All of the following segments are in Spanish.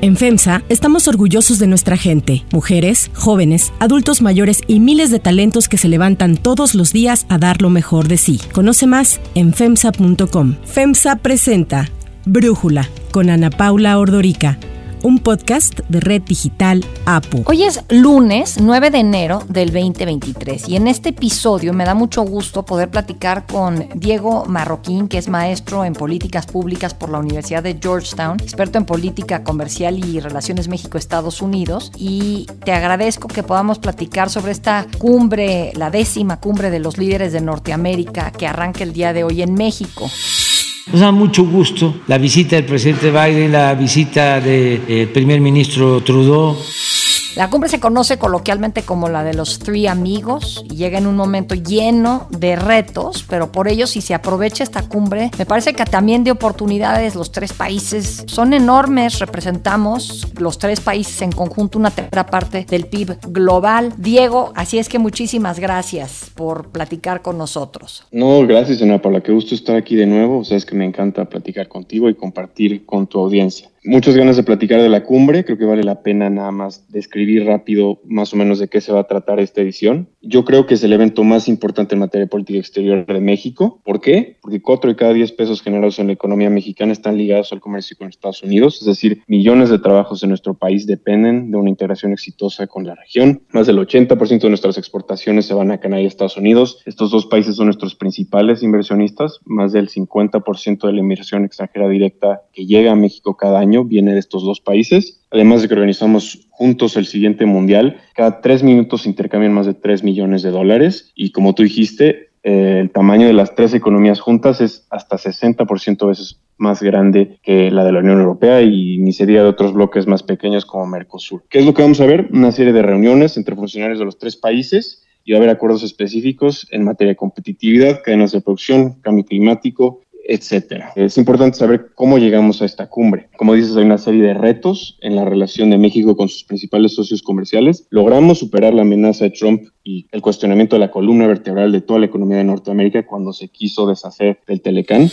En FEMSA estamos orgullosos de nuestra gente, mujeres, jóvenes, adultos mayores y miles de talentos que se levantan todos los días a dar lo mejor de sí. Conoce más en FEMSA.com. FEMSA presenta Brújula con Ana Paula Ordorica, un podcast de Red Digital APU. Hoy es lunes 9 de enero del 2023 y en este episodio me da mucho gusto poder platicar con Diego Marroquín, que es maestro en políticas públicas por la Universidad de Georgetown, experto en política comercial y relaciones México-Estados Unidos, y te agradezco que podamos platicar sobre esta cumbre, la 10ª cumbre de los líderes de Norteamérica, que arranca el día de hoy en México. Nos da mucho gusto la visita del presidente Biden, la visita del primer ministro Trudeau. La cumbre se conoce coloquialmente como la de los Three Amigos y llega en un momento lleno de retos, pero por ello, si se aprovecha esta cumbre, me parece que también de oportunidades. Los tres países son enormes, representamos los tres países en conjunto una tercera parte del PIB global. Diego, así es que muchísimas gracias por platicar con nosotros. No, gracias, Ana Paula, qué gusto estar aquí de nuevo. O sea, es que me encanta platicar contigo y compartir con tu audiencia. Muchas ganas de platicar de la cumbre. Creo que vale la pena nada más describir rápido más o menos de qué se va a tratar esta edición. Yo creo que es el evento más importante en materia de política exterior de México. ¿Por qué? Porque 4 de cada 10 pesos generados en la economía mexicana están ligados al comercio con Estados Unidos. Es decir, millones de trabajos en nuestro país dependen de una integración exitosa con la región. Más del 80% de nuestras exportaciones se van a Canadá y Estados Unidos. Estos dos países son nuestros principales inversionistas. Más del 50% de la inversión extranjera directa que llega a México cada año viene de estos dos países. Además de que organizamos juntos el siguiente mundial, cada 3 minutos se intercambian más de $3 millones y, como tú dijiste, el tamaño de las tres economías juntas es hasta 60% veces más grande que la de la Unión Europea, y ni se diga de otros bloques más pequeños como Mercosur. ¿Qué es lo que vamos a ver? Una serie de reuniones entre funcionarios de los tres países, y va a haber acuerdos específicos en materia de competitividad, cadenas de producción, cambio climático, etcétera. Es importante saber cómo llegamos a esta cumbre. Como dices, hay una serie de retos en la relación de México con sus principales socios comerciales. Logramos superar la amenaza de Trump y el cuestionamiento de la columna vertebral de toda la economía de Norteamérica cuando se quiso deshacer del Telecán.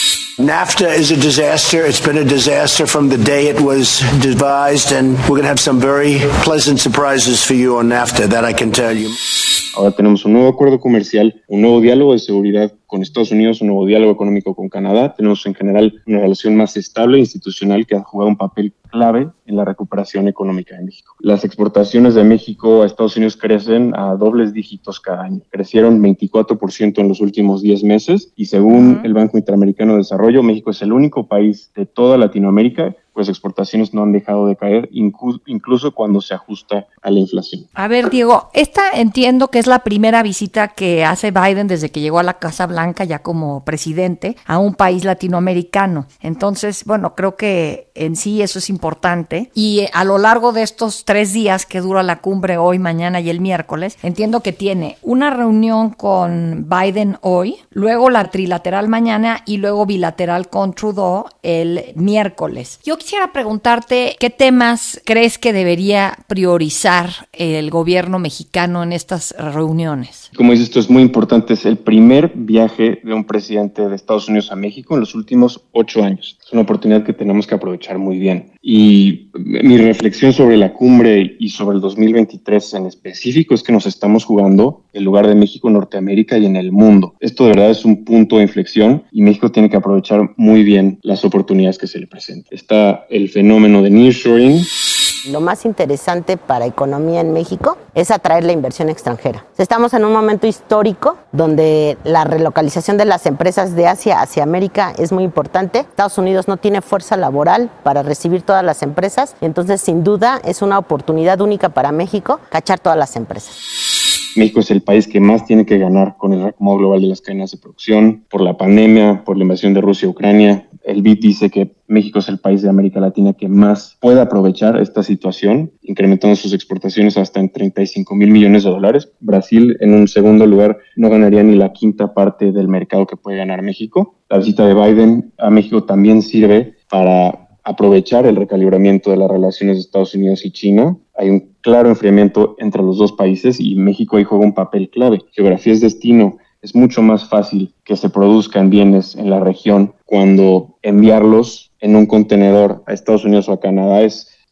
NAFTA is a disaster. It's been a disaster from the day it was devised, and we're going to have some very pleasant surprises for you on NAFTA, that I can tell you. Ahora tenemos un nuevo acuerdo comercial, un nuevo diálogo de seguridad con Estados Unidos, un nuevo diálogo económico con Canadá. Tenemos en general una relación más estable e institucional que ha jugado un papel clave en la recuperación económica de México. Las exportaciones de México a Estados Unidos crecen a dobles dígitos cada año. Crecieron 24% en los últimos 10 meses y según el Banco Interamericano de Desarrollo, México es el único país de toda Latinoamérica pues exportaciones no han dejado de caer, incluso cuando se ajusta a la inflación. A ver, Diego, esta entiendo que es la primera visita que hace Biden desde que llegó a la Casa Blanca ya como presidente a un país latinoamericano. Entonces, bueno, creo que en sí eso es importante. Y a lo largo de estos 3 días que dura la cumbre, hoy, mañana y el miércoles, entiendo que tiene una reunión con Biden hoy, luego la trilateral mañana y luego bilateral con Trudeau el miércoles. Yo quisiera preguntarte qué temas crees que debería priorizar el gobierno mexicano en estas reuniones. Como dices, esto es muy importante. Es el primer viaje de un presidente de Estados Unidos a México en los últimos 8 años. Es una oportunidad que tenemos que aprovechar muy bien. Y mi reflexión sobre la cumbre y sobre el 2023 en específico es que nos estamos jugando el lugar de México en Norteamérica y en el mundo. Esto de verdad es un punto de inflexión y México tiene que aprovechar muy bien las oportunidades que se le presentan. Está el fenómeno de nearshoring. Lo más interesante para economía en México es atraer la inversión extranjera. Estamos en un momento histórico donde la relocalización de las empresas de Asia hacia América es muy importante. Estados Unidos no tiene fuerza laboral para recibir todas las empresas, y entonces sin duda es una oportunidad única para México cachar todas las empresas. México es el país que más tiene que ganar con el reacomodo global de las cadenas de producción, por la pandemia, por la invasión de Rusia a Ucrania. El BID dice que México es el país de América Latina que más puede aprovechar esta situación, incrementando sus exportaciones hasta en $35 mil millones. Brasil, en un segundo lugar, no ganaría ni la quinta parte del mercado que puede ganar México. La visita de Biden a México también sirve para aprovechar el recalibramiento de las relaciones de Estados Unidos y China. Hay un claro enfriamiento entre los dos países y México ahí juega un papel clave. Geografía es destino. Es mucho más fácil que se produzcan bienes en la región cuando enviarlos en un contenedor a Estados Unidos o a Canadá es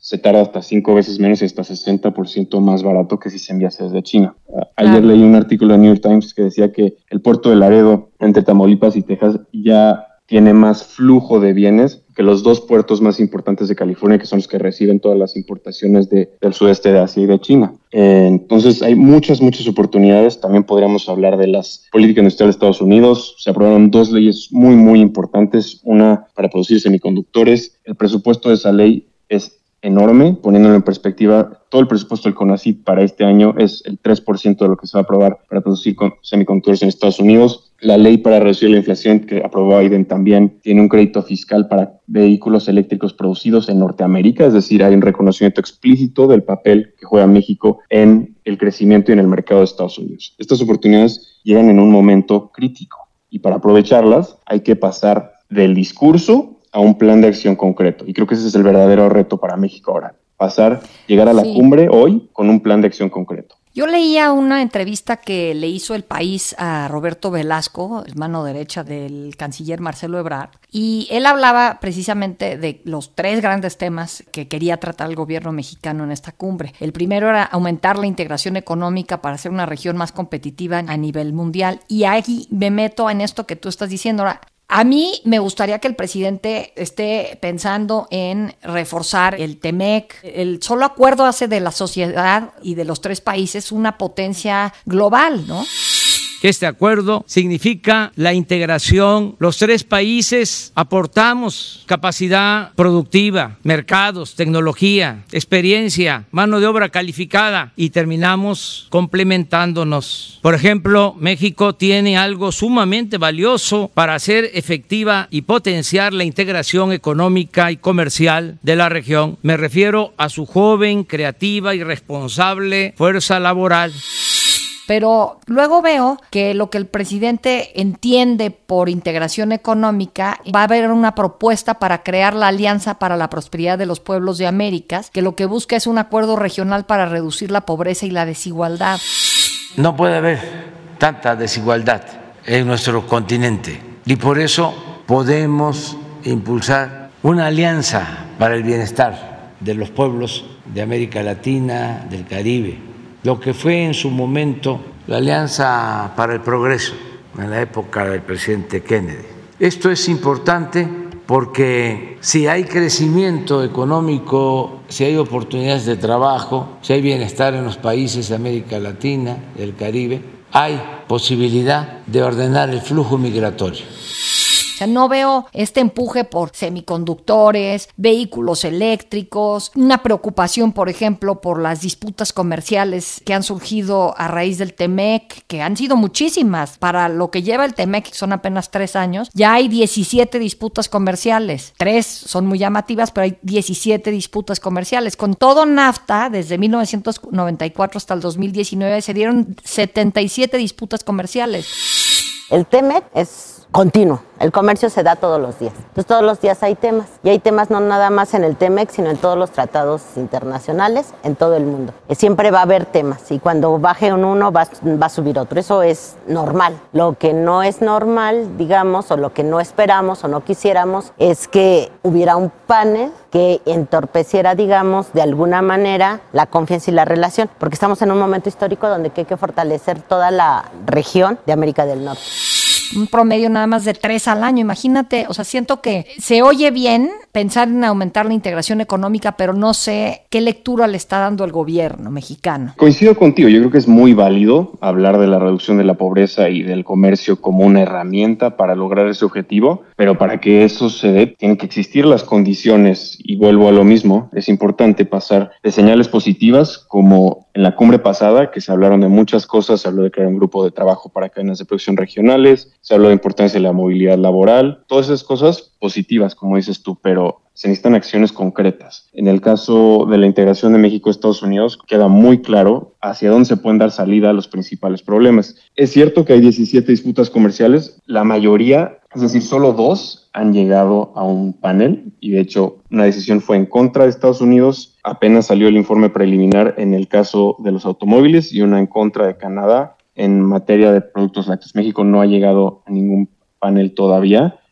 se tarda hasta 5 veces menos y hasta 60% más barato que si se enviase desde China. Ayer leí un artículo de New York Times que decía que el puerto de Laredo, entre Tamaulipas y Texas, ya tiene más flujo de bienes que los 2 puertos más importantes de California, que son los que reciben todas las importaciones del sudeste de Asia y de China. Entonces hay muchas oportunidades. También podríamos hablar de las políticas industriales de Estados Unidos. Se aprobaron 2 leyes muy importantes, una para producir semiconductores. El presupuesto de esa ley es enorme, poniéndolo en perspectiva. Todo el presupuesto del CONACYT para este año es el 3% de lo que se va a aprobar para producir semiconductores en Estados Unidos. La ley para reducir la inflación que aprobó Biden también tiene un crédito fiscal para vehículos eléctricos producidos en Norteamérica, es decir, hay un reconocimiento explícito del papel que juega México en el crecimiento y en el mercado de Estados Unidos. Estas oportunidades llegan en un momento crítico y para aprovecharlas hay que pasar del discurso a un plan de acción concreto. Y creo que ese es el verdadero reto para México ahora. Llegar a la cumbre hoy con un plan de acción concreto. Yo leía una entrevista que le hizo El País a Roberto Velasco, mano derecha del canciller Marcelo Ebrard, y él hablaba precisamente de los 3 grandes temas que quería tratar el gobierno mexicano en esta cumbre. El primero era aumentar la integración económica para ser una región más competitiva a nivel mundial. Y ahí me meto en esto que tú estás diciendo ahora. A mí me gustaría que el presidente esté pensando en reforzar el TEMEC. El solo acuerdo hace de la sociedad y de los 3 países una potencia global, ¿no? Este acuerdo significa la integración. Los 3 países aportamos capacidad productiva, mercados, tecnología, experiencia, mano de obra calificada y terminamos complementándonos. Por ejemplo, México tiene algo sumamente valioso para hacer efectiva y potenciar la integración económica y comercial de la región. Me refiero a su joven, creativa y responsable fuerza laboral. Pero luego veo que lo que el presidente entiende por integración económica, va a haber una propuesta para crear la Alianza para la Prosperidad de los Pueblos de Américas, que lo que busca es un acuerdo regional para reducir la pobreza y la desigualdad. No puede haber tanta desigualdad en nuestro continente y por eso podemos impulsar una alianza para el bienestar de los pueblos de América Latina, del Caribe. Lo que fue en su momento la Alianza para el Progreso en la época del presidente Kennedy. Esto es importante porque si hay crecimiento económico, si hay oportunidades de trabajo, si hay bienestar en los países de América Latina, del Caribe, hay posibilidad de ordenar el flujo migratorio. O sea, no veo este empuje por semiconductores, vehículos eléctricos, una preocupación, por ejemplo, por las disputas comerciales que han surgido a raíz del TEMEC, que han sido muchísimas. Para lo que lleva el TEMEC, que son apenas 3 años, ya hay 17 disputas comerciales. 3 son muy llamativas, pero hay 17 disputas comerciales. Con todo NAFTA, desde 1994 hasta el 2019, se dieron 77 disputas comerciales. El TEMEC es continuo. El comercio se da todos los días. Entonces todos los días hay temas. Y hay temas no nada más en el TEMEC, sino en todos los tratados internacionales, en todo el mundo. Siempre va a haber temas. Y cuando baje uno, va a subir otro. Eso es normal. Lo que no es normal, digamos, o lo que no esperamos o no quisiéramos, es que hubiera un panel que entorpeciera, digamos, de alguna manera la confianza y la relación. Porque estamos en un momento histórico donde hay que fortalecer toda la región de América del Norte. Un promedio nada más de 3 al año, imagínate, o sea, siento que se oye bien pensar en aumentar la integración económica, pero no sé qué lectura le está dando el gobierno mexicano. Coincido contigo, yo creo que es muy válido hablar de la reducción de la pobreza y del comercio como una herramienta para lograr ese objetivo, pero para que eso se dé, tienen que existir las condiciones, y vuelvo a lo mismo, es importante pasar de señales positivas como en la cumbre pasada, que se hablaron de muchas cosas, se habló de crear un grupo de trabajo para cadenas de producción regionales, se habló de la importancia de la movilidad laboral, todas esas cosas positivas, como dices tú, pero se necesitan acciones concretas. En el caso de la integración de México a Estados Unidos, queda muy claro hacia dónde se pueden dar salida a los principales problemas. Es cierto que hay 17 disputas comerciales, la mayoría, es decir, solo 2 han llegado a un panel y de hecho una decisión fue en contra de Estados Unidos. Apenas salió el informe preliminar en el caso de los automóviles y una en contra de Canadá en materia de productos lácteos. México no ha llegado a ningún panel todavía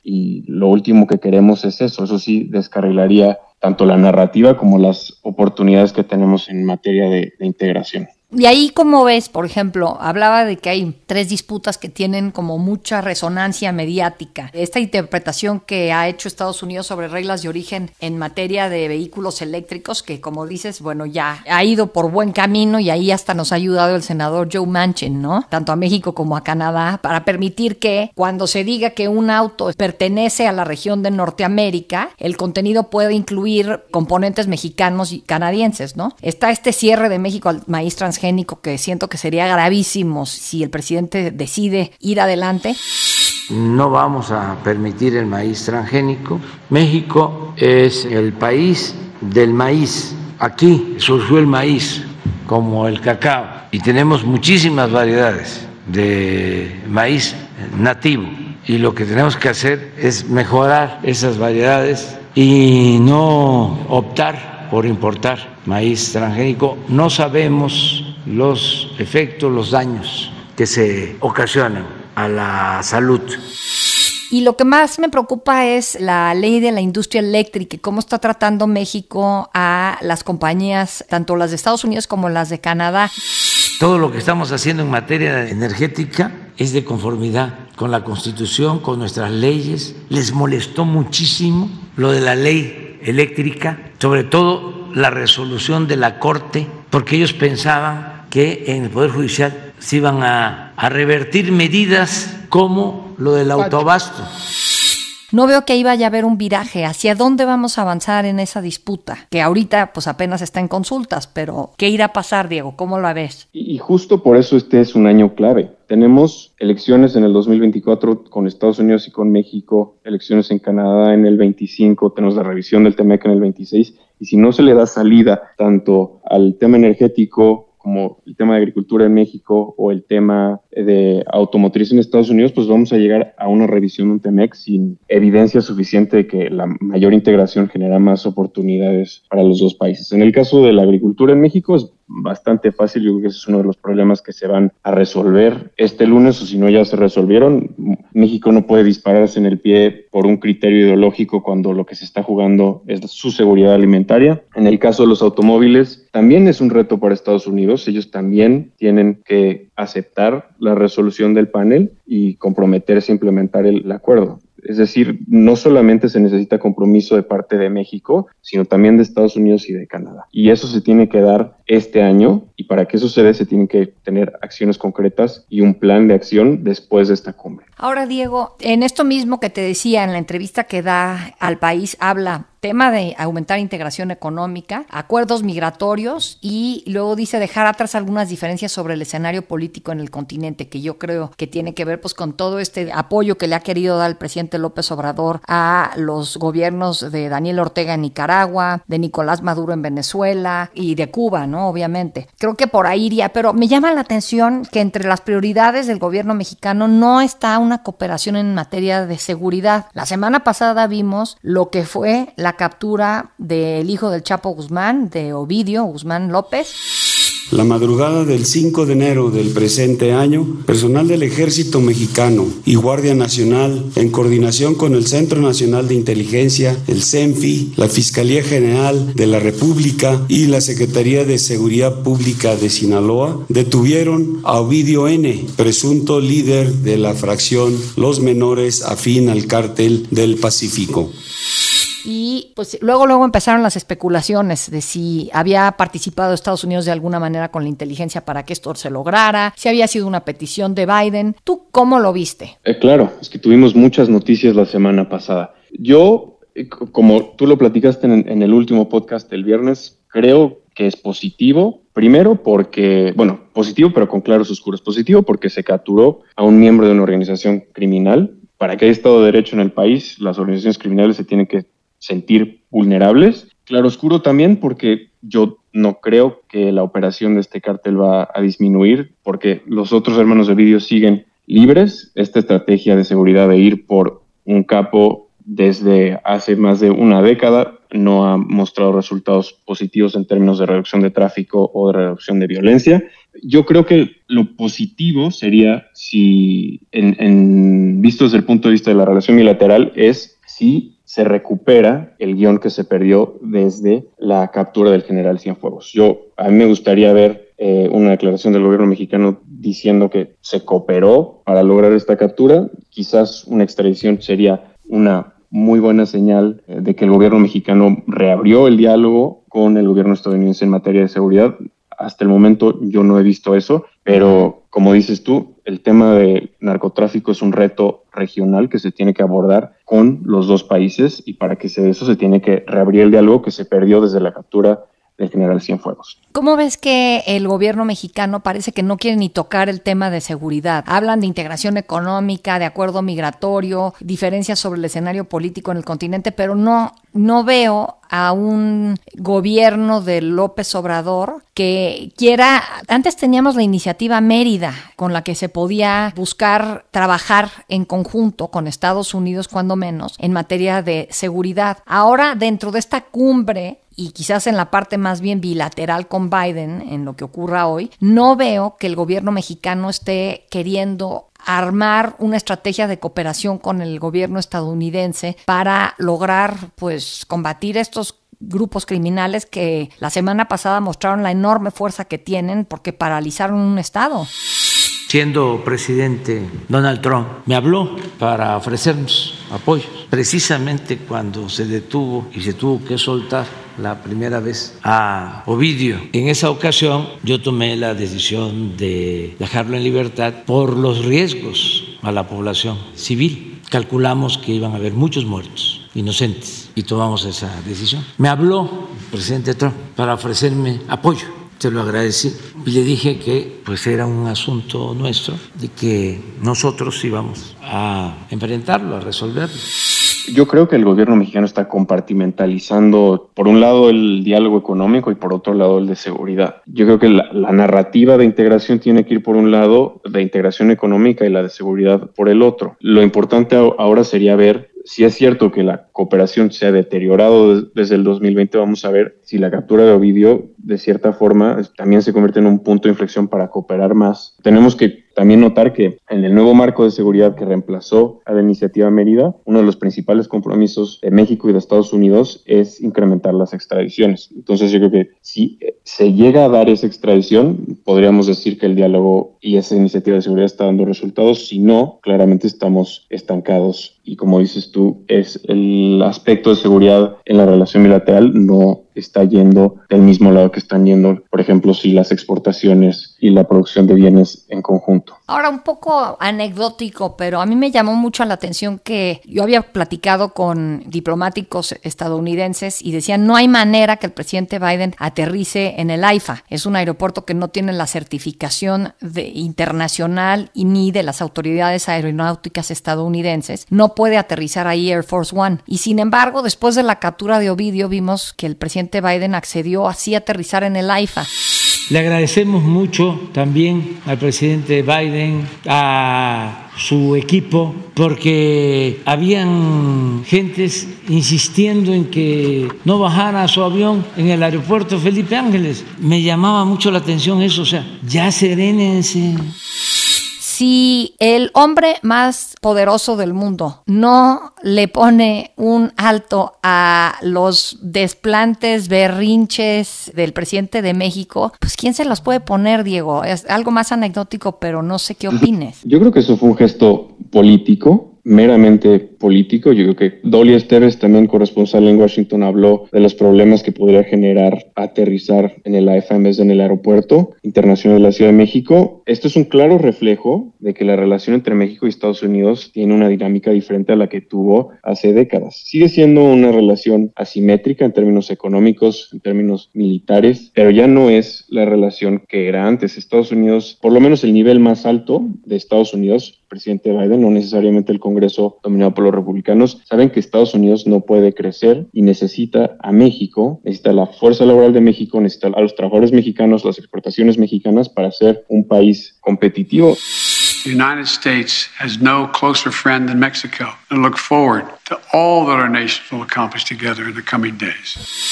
y lo último que queremos es eso sí descarrilaría tanto la narrativa como las oportunidades que tenemos en materia de integración. Y ahí, ¿cómo ves? Por ejemplo, hablaba de que hay 3 disputas que tienen como mucha resonancia mediática. Esta interpretación que ha hecho Estados Unidos sobre reglas de origen en materia de vehículos eléctricos, que como dices, bueno, ya ha ido por buen camino y ahí hasta nos ha ayudado el senador Joe Manchin, ¿no? Tanto a México como a Canadá, para permitir que cuando se diga que un auto pertenece a la región de Norteamérica, el contenido puede incluir componentes mexicanos y canadienses, ¿no? Está este cierre de México al maíz transgénico, que siento que sería gravísimo si el presidente decide ir adelante. No vamos a permitir el maíz transgénico. México es el país del maíz. Aquí surgió el maíz como el cacao y tenemos muchísimas variedades de maíz nativo y lo que tenemos que hacer es mejorar esas variedades y no optar por importar maíz transgénico. No sabemos los efectos, los daños que se ocasionan a la salud. Y lo que más me preocupa es la ley de la industria eléctrica y cómo está tratando México a las compañías, tanto las de Estados Unidos como las de Canadá. Todo lo que estamos haciendo en materia energética es de conformidad con la Constitución, con nuestras leyes. Les molestó muchísimo lo de la ley eléctrica, sobre todo la resolución de la Corte, porque ellos pensaban que en el Poder Judicial se iban a revertir medidas como lo del autoabasto. No veo que ahí vaya a haber un viraje. ¿Hacia dónde vamos a avanzar en esa disputa? Que ahorita pues apenas está en consultas, pero ¿qué irá a pasar, Diego? ¿Cómo la ves? Y justo por eso este es un año clave. Tenemos elecciones en el 2024 con Estados Unidos y con México, elecciones en Canadá en el 25, tenemos la revisión del TEMEC en el 26, y si no se le da salida tanto al tema energético como el tema de agricultura en México o el tema de automotriz en Estados Unidos, pues vamos a llegar a una revisión de un TEMEC sin evidencia suficiente de que la mayor integración genera más oportunidades para los dos países. En el caso de la agricultura en México es bastante fácil, yo creo que ese es uno de los problemas que se van a resolver este lunes, o si no ya se resolvieron. México no puede dispararse en el pie por un criterio ideológico cuando lo que se está jugando es su seguridad alimentaria. En el caso de los automóviles, también es un reto para Estados Unidos. Ellos también tienen que aceptar la resolución del panel y comprometerse a implementar el acuerdo. Es decir, no solamente se necesita compromiso de parte de México, sino también de Estados Unidos y de Canadá. Y eso se tiene que dar este año, y para que eso se dé se tienen que tener acciones concretas y un plan de acción después de esta cumbre. Ahora, Diego, en esto mismo que te decía, en la entrevista que da al País, habla tema de aumentar integración económica, acuerdos migratorios y luego dice dejar atrás algunas diferencias sobre el escenario político en el continente, que yo creo que tiene que ver pues con todo este apoyo que le ha querido dar el presidente López Obrador a los gobiernos de Daniel Ortega en Nicaragua, de Nicolás Maduro en Venezuela y de Cuba, ¿no? Obviamente. Creo que por ahí iría, pero me llama la atención que entre las prioridades del gobierno mexicano no está una cooperación en materia de seguridad. La semana pasada vimos lo que fue la captura del hijo del Chapo Guzmán, de Ovidio Guzmán López. La madrugada del 5 de enero del presente año, personal del Ejército Mexicano y Guardia Nacional, en coordinación con el Centro Nacional de Inteligencia, el CENFI, la Fiscalía General de la República y la Secretaría de Seguridad Pública de Sinaloa, detuvieron a Ovidio N., presunto líder de la fracción Los Menores afín al Cártel del Pacífico. Y pues luego empezaron las especulaciones de si había participado Estados Unidos de alguna manera con la inteligencia para que esto se lograra, si había sido una petición de Biden. ¿Tú cómo lo viste? Claro, es que tuvimos muchas noticias la semana pasada. Yo, como tú lo platicaste en el último podcast el viernes, creo que es positivo. Primero porque, positivo pero con claros oscuros. Positivo porque se capturó a un miembro de una organización criminal. Para que haya Estado de Derecho en el país, las organizaciones criminales se tienen que sentir vulnerables. Claro oscuro también porque yo no creo que la operación de este cártel va a disminuir porque los otros hermanos de Ovidio siguen libres. Esta estrategia de seguridad de ir por un capo desde hace más de una década no ha mostrado resultados positivos en términos de reducción de tráfico o de reducción de violencia. Yo creo que lo positivo sería si, visto desde el punto de vista de la relación bilateral, es si se recupera el guión que se perdió desde la captura del general Cienfuegos. A mí me gustaría ver una declaración del gobierno mexicano diciendo que se cooperó para lograr esta captura. Quizás una extradición sería una muy buena señal de que el gobierno mexicano reabrió el diálogo con el gobierno estadounidense en materia de seguridad. Hasta el momento yo no he visto eso, pero como dices tú, el tema de narcotráfico es un reto regional que se tiene que abordar con los dos países, y para que se dé eso se tiene que reabrir el diálogo que se perdió desde la captura del general Cienfuegos. ¿Cómo ves que el gobierno mexicano parece que no quiere ni tocar el tema de seguridad? Hablan de integración económica, de acuerdo migratorio, diferencias sobre el escenario político en el continente, pero no veo a un gobierno de López Obrador que quiera. Antes teníamos la iniciativa Mérida, con la que se podía buscar trabajar en conjunto con Estados Unidos, cuando menos, en materia de seguridad. Ahora, dentro de esta cumbre, y quizás en la parte más bien bilateral con Biden, en lo que ocurra hoy, no veo que el gobierno mexicano esté queriendo armar una estrategia de cooperación con el gobierno estadounidense para lograr, pues, combatir estos grupos criminales que la semana pasada mostraron la enorme fuerza que tienen porque paralizaron un estado. Siendo presidente, Donald Trump me habló para ofrecernos apoyo, precisamente cuando se detuvo y se tuvo que soltar la primera vez a Ovidio. En esa ocasión yo tomé la decisión de dejarlo en libertad por los riesgos a la población civil. Calculamos que iban a haber muchos muertos inocentes y tomamos esa decisión. Me habló el presidente Trump para ofrecerme apoyo. Se lo agradecí y le dije que pues era un asunto nuestro, de que nosotros íbamos a enfrentarlo, a resolverlo. Yo creo que el gobierno mexicano está compartimentalizando, por un lado, el diálogo económico y por otro lado el de seguridad. Yo creo que la narrativa de integración tiene que ir por un lado, de integración económica, y la de seguridad por el otro. Lo importante ahora sería ver si es cierto que la cooperación se ha deteriorado desde el 2020. Vamos a ver si la captura de Ovidio, de cierta forma, también se convierte en un punto de inflexión para cooperar más. Tenemos que también notar que en el nuevo marco de seguridad que reemplazó a la iniciativa Mérida, uno de los principales compromisos de México y de Estados Unidos es incrementar las extradiciones. Entonces yo creo que si se llega a dar esa extradición, podríamos decir que el diálogo y esa iniciativa de seguridad está dando resultados. Si no, claramente estamos estancados. Y como dices tú, es el aspecto de seguridad en la relación bilateral no está yendo del mismo lado que están yendo, por ejemplo, si las exportaciones y la producción de bienes en conjunto. Ahora, un poco anecdótico, pero a mí me llamó mucho la atención que yo había platicado con diplomáticos estadounidenses y decían no hay manera que el presidente Biden aterrice en el AIFA. Es un aeropuerto que no tiene la certificación internacional y ni de las autoridades aeronáuticas estadounidenses. No puede aterrizar ahí Air Force One. Y sin embargo, después de la captura de Ovidio, vimos que el presidente Biden accedió así a aterrizar en el AIFA. Le agradecemos mucho también al presidente Biden, a su equipo, porque habían gentes insistiendo en que no bajara su avión en el aeropuerto Felipe Ángeles. Me llamaba mucho la atención eso, o sea, ya serénense. Si el hombre más poderoso del mundo no le pone un alto a los desplantes, berrinches del presidente de México, pues ¿quién se los puede poner, Diego? Es algo más anecdótico, pero no sé qué opines. Yo creo que eso fue un gesto político, meramente político. Yo creo que Dolly Esteves, también corresponsal en Washington, habló de los problemas que podría generar aterrizar en el AIFA en vez de en el Aeropuerto Internacional de la Ciudad de México. Esto es un claro reflejo de que la relación entre México y Estados Unidos tiene una dinámica diferente a la que tuvo hace décadas. Sigue siendo una relación asimétrica en términos económicos, en términos militares, pero ya no es la relación que era antes. Estados Unidos, por lo menos el nivel más alto de Estados Unidos, presidente Biden, no necesariamente el Congreso dominado por los republicanos, saben que Estados Unidos no puede crecer y necesita a México, necesita la fuerza laboral de México, necesita a los trabajadores mexicanos, las exportaciones mexicanas para ser un país competitivo. The United States has no closer friend than Mexico, and look forward to all that our nations will accomplish together in the coming days.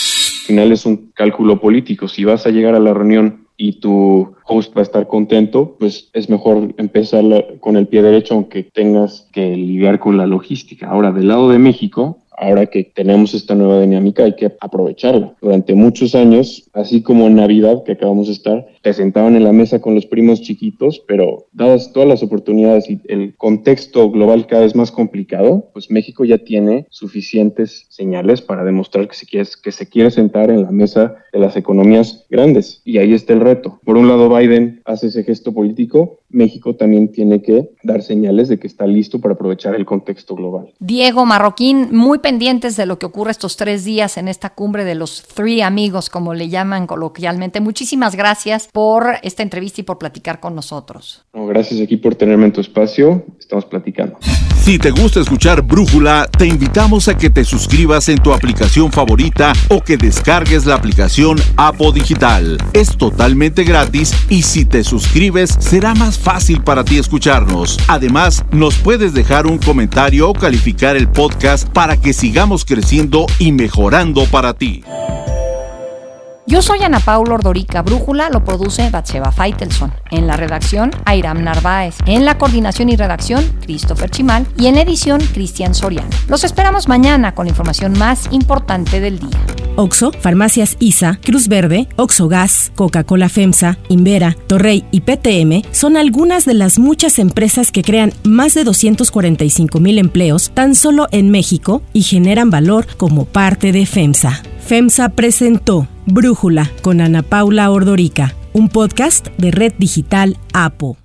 Al final es un cálculo político. Si vas a llegar a la reunión y tu host va a estar contento, pues es mejor empezar con el pie derecho, aunque tengas que lidiar con la logística. Ahora, del lado de México, ahora que tenemos esta nueva dinámica, hay que aprovecharla. Durante muchos años, así como en Navidad, que acabamos de estar, te sentaban en la mesa con los primos chiquitos, pero dadas todas las oportunidades y el contexto global cada vez más complicado, pues México ya tiene suficientes señales para demostrar que se quiere sentar en la mesa de las economías grandes. Y ahí está el reto. Por un lado, Biden hace ese gesto político. México también tiene que dar señales de que está listo para aprovechar el contexto global. Diego Marroquín, muy pendientes de lo que ocurre estos 3 días en esta cumbre de los Three Amigos, como le llaman coloquialmente. Muchísimas gracias por esta entrevista y por platicar con nosotros. No, gracias aquí por tenerme en tu espacio. Estamos platicando. Si te gusta escuchar Brújula, te invitamos a que te suscribas en tu aplicación favorita o que descargues la aplicación Apo Digital. Es totalmente gratis y si te suscribes será más fácil para ti escucharnos. Además, nos puedes dejar un comentario o calificar el podcast para que sigamos creciendo y mejorando para ti. Yo soy Ana Paula Ordorica. Brújula lo produce Batseba Faitelson. En la redacción, Airam Narváez. En la coordinación y redacción, Christopher Chimal. Y en edición, Cristian Soriano. Los esperamos mañana con la información más importante del día. Oxxo, Farmacias ISA, Cruz Verde, Oxxo Gas, Coca-Cola FEMSA, Invera, Torrey y PTM son algunas de las muchas empresas que crean más de 245,000 empleos tan solo en México y generan valor como parte de FEMSA. FEMSA presentó Brújula con Ana Paula Ordorica, un podcast de Red Digital APO.